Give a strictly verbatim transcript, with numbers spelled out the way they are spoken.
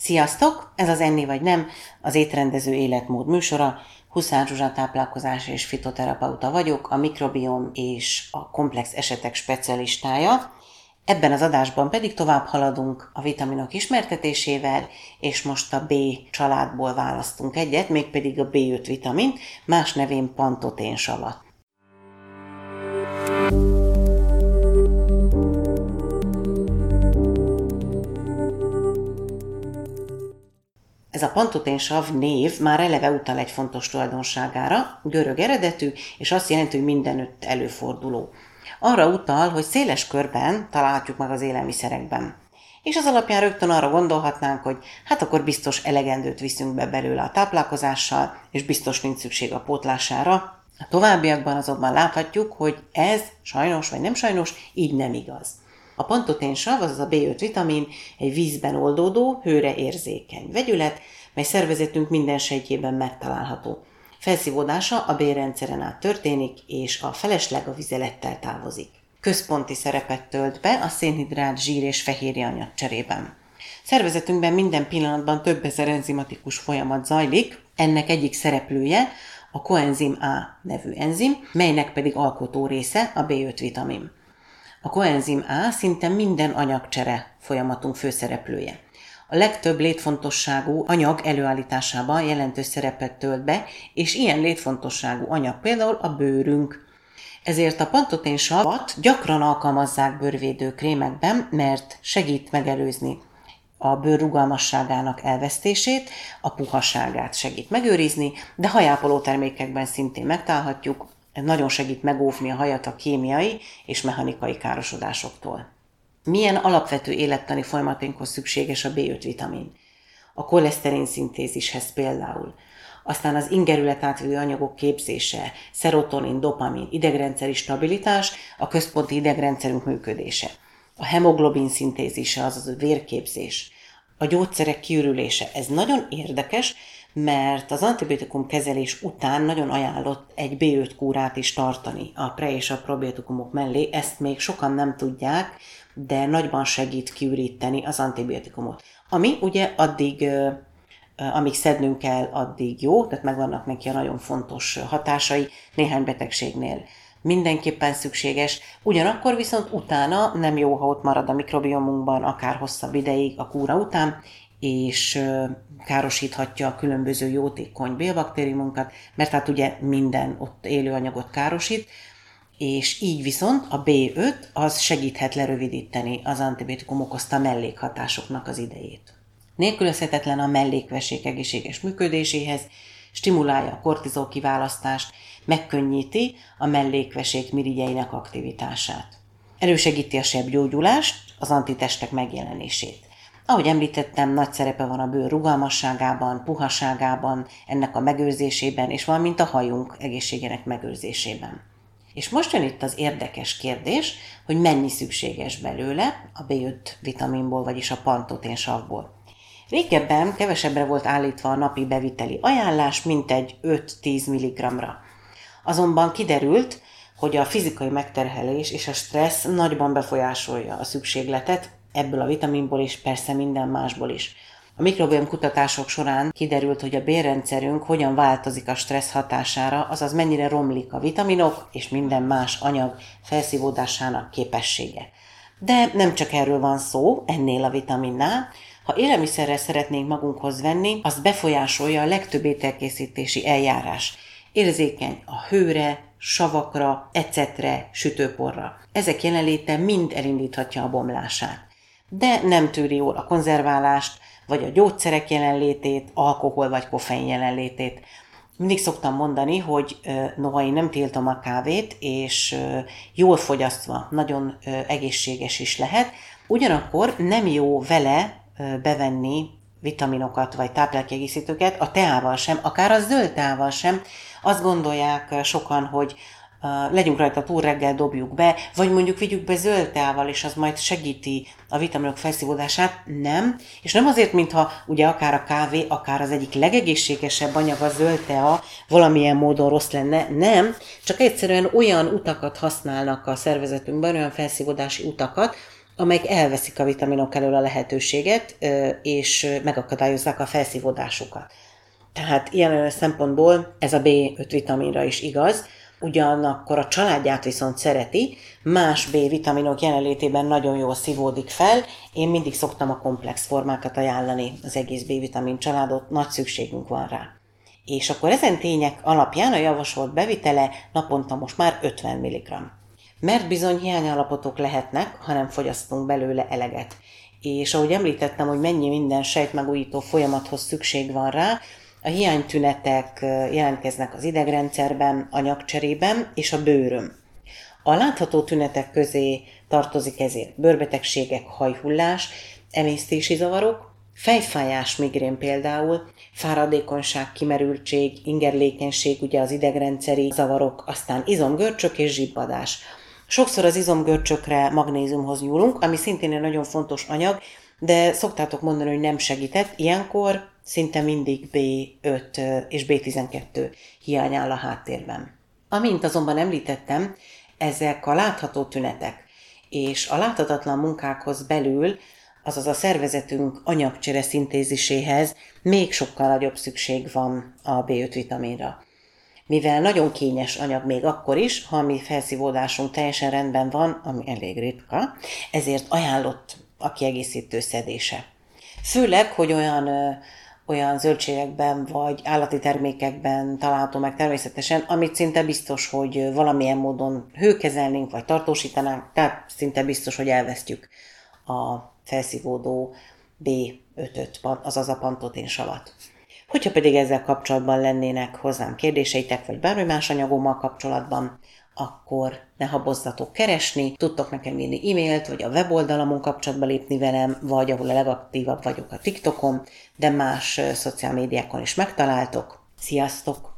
Sziasztok! Ez az Enni vagy nem, az étrendező életmód műsora. Huszár Zsuzsa táplálkozás és fitoterapeuta vagyok, a mikrobiom és a komplex esetek specialistája. Ebben az adásban pedig tovább haladunk a vitaminok ismertetésével, és most a B családból választunk egyet, mégpedig a bé öt vitamin, más nevén pantoténsavat. Ez a pantoténsav név már eleve utal egy fontos tulajdonságára, görög eredetű, és azt jelenti, hogy mindenütt előforduló. Arra utal, hogy széles körben találhatjuk meg az élelmiszerekben. És az alapján rögtön arra gondolhatnánk, hogy hát akkor biztos elegendőt viszünk be belőle a táplálkozással, és biztos nincs szükség a pótlására. A továbbiakban azonban láthatjuk, hogy ez sajnos vagy nem sajnos így nem igaz. A pantoténsav, azaz a bé öt vitamin egy vízben oldódó, hőre érzékeny vegyület, mely szervezetünk minden sejtjében megtalálható. Felszívódása a bélrendszeren át történik, és a felesleg a vizelettel távozik. Központi szerepet tölt be a szénhidrát, zsír és fehérje anyag cserében. Szervezetünkben minden pillanatban több ezer enzimatikus folyamat zajlik, ennek egyik szereplője a koenzim A nevű enzim, melynek pedig alkotó része a bé öt vitamin. A koenzim A szinte minden anyagcsere folyamatunk főszereplője. A legtöbb létfontosságú anyag előállításában jelentős szerepet tölt be, és ilyen létfontosságú anyag például a bőrünk. Ezért a pantoténsavat gyakran alkalmazzák bőrvédő krémekben, mert segít megelőzni a bőr rugalmasságának elvesztését, a puhaságát segít megőrizni, de hajápoló termékekben szintén megtalálhatjuk, ez nagyon segít megóvni a hajat a kémiai és mechanikai károsodásoktól. Milyen alapvető élettani folyamatainkhoz szükséges a bé öt vitamin? A koleszterin szintézishez például. Aztán az ingerület átvevő anyagok képzése, szerotonin, dopamin, idegrendszeri stabilitás, a központi idegrendszerünk működése. A hemoglobin szintézise, azaz a vérképzés. A gyógyszerek kiürülése. Ez nagyon érdekes, mert az antibiotikum kezelés után nagyon ajánlott egy bé öt kúrát is tartani a pre- és a probiotikumok mellé. Ezt még sokan nem tudják, de nagyban segít kiüríteni az antibiotikumot. Ami ugye addig, amíg szednünk kell, addig jó, tehát megvannak neki a nagyon fontos hatásai néhány betegségnél. Mindenképpen szükséges, ugyanakkor viszont utána nem jó, ha ott marad a mikrobiomunkban, akár hosszabb ideig a kúra után, és károsíthatja a különböző jótékony bélbaktériumunkat, mert hát ugye minden ott élő anyagot károsít, és így viszont a bé öt az segíthet lerövidíteni az antibiotikum okozta mellékhatásoknak az idejét. Nélkülözhetetlen a mellékvesék egészséges működéséhez, stimulálja a kortizol kiválasztást, megkönnyíti a mellékvesék mirigyeinek aktivitását. Elősegíti a sebgyógyulást, az antitestek megjelenését. Ahogy említettem, nagy szerepe van a bőr rugalmasságában, puhaságában, ennek a megőrzésében, és valamint a hajunk egészségének megőrzésében. És most jön itt az érdekes kérdés, hogy mennyi szükséges belőle a bé öt vitaminból, vagyis a pantoténsavból. Régebben kevesebbre volt állítva a napi beviteli ajánlás, mint egy öt-tíz milligramra. Azonban kiderült, hogy a fizikai megterhelés és a stressz nagyban befolyásolja a szükségletet ebből a vitaminból és persze minden másból is. A mikrobiom kutatások során kiderült, hogy a bélrendszerünk hogyan változik a stressz hatására, azaz mennyire romlik a vitaminok és minden más anyag felszívódásának képessége. De nem csak erről van szó, ennél a vitaminnál. Ha élelmiszerrel szeretnénk magunkhoz venni, azt befolyásolja a legtöbb ételkészítési eljárás. Érzékeny a hőre, savakra, ecetre, sütőporra. Ezek jelenléte mind elindíthatja a bomlását. De nem tűri jól a konzerválást, vagy a gyógyszerek jelenlétét, alkohol vagy koffein jelenlétét. Mindig szoktam mondani, hogy noha én nem tiltom a kávét, és jól fogyasztva nagyon egészséges is lehet, ugyanakkor nem jó vele bevenni vitaminokat vagy táplálékkiegészítőket, a teával sem, akár a zöld teával sem. Azt gondolják sokan, hogy Uh, legyünk rajta túl, reggel dobjuk be, vagy mondjuk vigyük be zöld teával, és az majd segíti a vitaminok felszívódását. Nem. És nem azért, mintha ugye akár a kávé, akár az egyik legegészségesebb anyag a zöld tea valamilyen módon rossz lenne. Nem. Csak egyszerűen olyan utakat használnak a szervezetünkben, olyan felszívódási utakat, amelyek elveszik a vitaminok elől a lehetőséget, és megakadályozzák a felszívódásukat. Tehát ilyen szempontból ez a bé öt vitaminra is igaz, ugyanakkor a családját viszont szereti, más B-vitaminok jelenlétében nagyon jól szívódik fel. Én mindig szoktam a komplex formákat ajánlani, az egész B-vitamin családot, nagy szükségünk van rá. És akkor ezen tények alapján a javasolt bevitele naponta most már ötven milligramm. Mert bizony hiányállapotok lehetnek, ha nem fogyasztunk belőle eleget. És ahogy említettem, hogy mennyi minden sejtmegújító folyamathoz szükség van rá, a hiánytünetek jelentkeznek az idegrendszerben, a nyakcserében és a bőrön. A látható tünetek közé tartozik ezért bőrbetegségek, hajhullás, emésztési zavarok, fejfájás, migrén például, fáradékonyság, kimerültség, ingerlékenység, ugye az idegrendszeri zavarok, aztán izomgörcsök és zsibbadás. Sokszor az izomgörcsökre magnéziumhoz nyúlunk, ami szintén egy nagyon fontos anyag, de szoktátok mondani, hogy nem segített, ilyenkor szinte mindig bé öt és bé tizenkettő hiány áll a háttérben. Amint azonban említettem, ezek a látható tünetek, és a láthatatlan munkákhoz belül, azaz a szervezetünk anyagcsere szintéziséhez még sokkal nagyobb szükség van a bé öt vitaminra. Mivel nagyon kényes anyag még akkor is, ha a mi felszívódásunk teljesen rendben van, ami elég ritka, ezért ajánlott a kiegészítő szedése. Főleg, hogy olyan, ö, olyan zöldségekben vagy állati termékekben található meg természetesen, amit szinte biztos, hogy valamilyen módon hőkezelnénk vagy tartósítanánk, tehát szinte biztos, hogy elvesztjük a felszívódó bé ötöt, azaz a pantoténsavat. Hogyha pedig ezzel kapcsolatban lennének hozzám kérdéseitek, vagy bármi más anyagommal kapcsolatban, akkor ne habozzatok keresni, tudtok nekem írni e-mailt, vagy a weboldalamon kapcsolatba lépni velem, vagy ahol a legaktívabb vagyok a TikTokon, de más szociál médiákon is megtaláltok. Sziasztok!